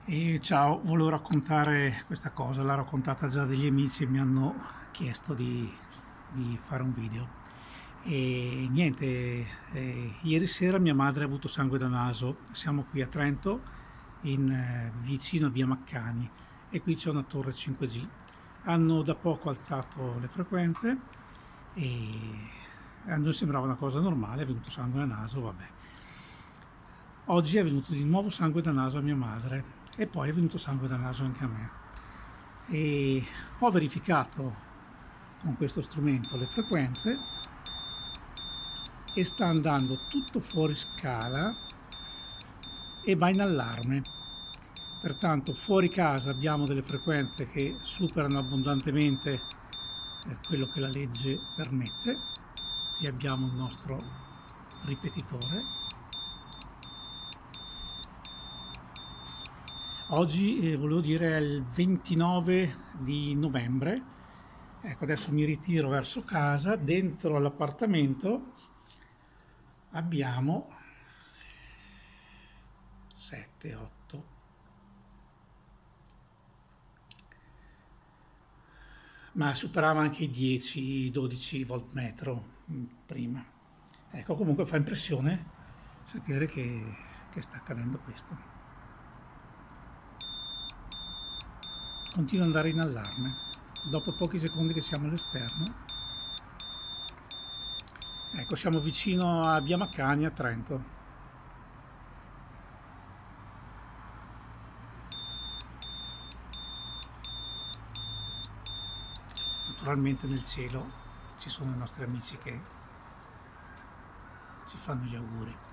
E ciao, volevo raccontare questa cosa, l'ha raccontata già degli amici e mi hanno chiesto di fare un video. E niente, ieri sera mia madre ha avuto sangue da naso. Siamo qui a Trento, vicino a via Maccani, e qui c'è una torre 5G. Hanno da poco alzato le frequenze e a noi sembrava una cosa normale, è venuto sangue da naso, vabbè. Oggi è venuto di nuovo sangue da naso a mia madre e poi è venuto sangue da naso anche a me. E ho verificato con questo strumento le frequenze e sta andando tutto fuori scala e va in allarme. Pertanto fuori casa abbiamo delle frequenze che superano abbondantemente quello che la legge permette. Qui abbiamo il nostro ripetitore. Oggi volevo dire è il 29 di novembre. Ecco, adesso mi ritiro verso casa. Dentro all'appartamento abbiamo 7, 8, ma superava anche i 10-12 volt metro prima. Ecco, comunque fa impressione sapere che sta accadendo questo. Continua ad andare in allarme. Dopo pochi secondi che siamo all'esterno. Ecco, siamo vicino a via Maccani a Trento. Naturalmente nel cielo ci sono i nostri amici che ci fanno gli auguri.